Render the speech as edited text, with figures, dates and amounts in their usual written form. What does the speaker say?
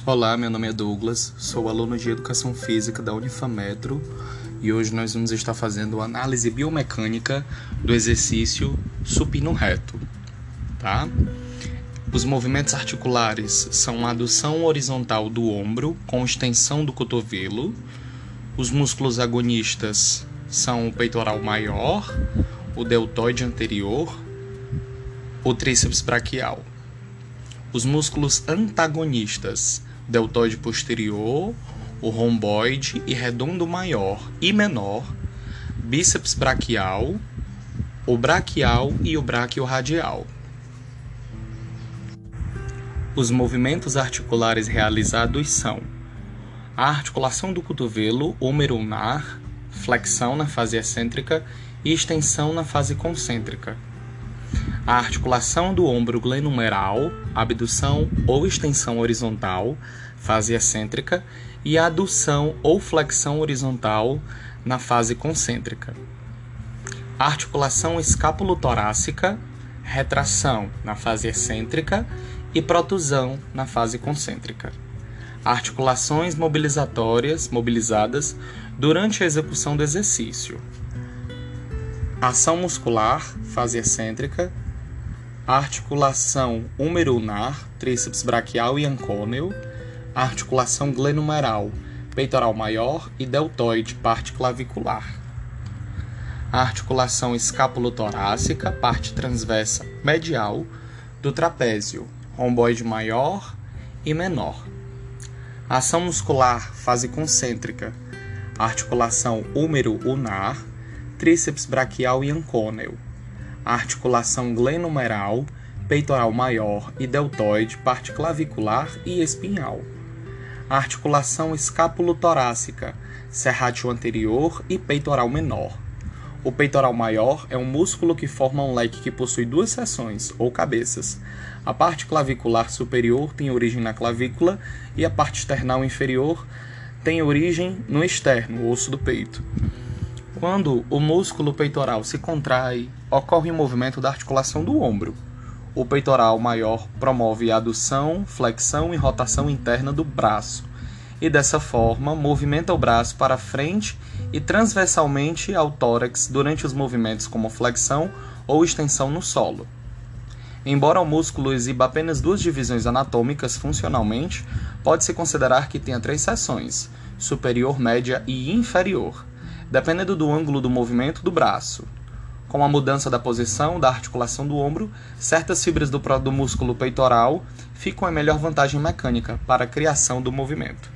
Olá, meu nome é Douglas, sou aluno de Educação Física da Unifametro e hoje nós vamos estar fazendo análise biomecânica do exercício supino reto, tá? Os movimentos articulares são a adução horizontal do ombro com extensão do cotovelo. Os músculos agonistas são o peitoral maior, o deltoide anterior, o tríceps braquial. Os músculos antagonistas, deltoide posterior, o romboide e redondo maior e menor, bíceps braquial, o braquial e o braquiorradial. Os movimentos articulares realizados são a articulação do cotovelo húmero-ulnar, flexão na fase excêntrica e extensão na fase concêntrica. A articulação do ombro glenumeral, abdução ou extensão horizontal, fase excêntrica, e a adução ou flexão horizontal na fase concêntrica. A articulação escápulo-torácica, retração na fase excêntrica e protusão na fase concêntrica. Articulações mobilizadas durante a execução do exercício. Ação muscular, fase excêntrica. Articulação húmero-ulnar, tríceps braquial e ancôneo. Articulação glenumeral, peitoral maior e deltoide, parte clavicular. A articulação escápulo-torácica, parte transversa medial do trapézio, romboide maior e menor. Ação muscular, fase concêntrica. Articulação húmero-ulnar, tríceps braquial e ancôneo. Articulação glenumeral, peitoral maior e deltoide, parte clavicular e espinhal. Articulação escápulo-torácica, serrátil anterior e peitoral menor. O peitoral maior é um músculo que forma um leque que possui duas seções, ou cabeças. A parte clavicular superior tem origem na clavícula e a parte esternal inferior tem origem no externo, o osso do peito. Quando o músculo peitoral se contrai, ocorre o movimento da articulação do ombro. O peitoral maior promove a adução, flexão e rotação interna do braço, e dessa forma movimenta o braço para frente e transversalmente ao tórax durante os movimentos como flexão ou extensão no solo. Embora o músculo exiba apenas duas divisões anatômicas funcionalmente, pode-se considerar que tenha três seções, superior, média e inferior, dependendo do ângulo do movimento do braço. Com a mudança da posição da articulação do ombro, certas fibras do músculo peitoral ficam em melhor vantagem mecânica para a criação do movimento.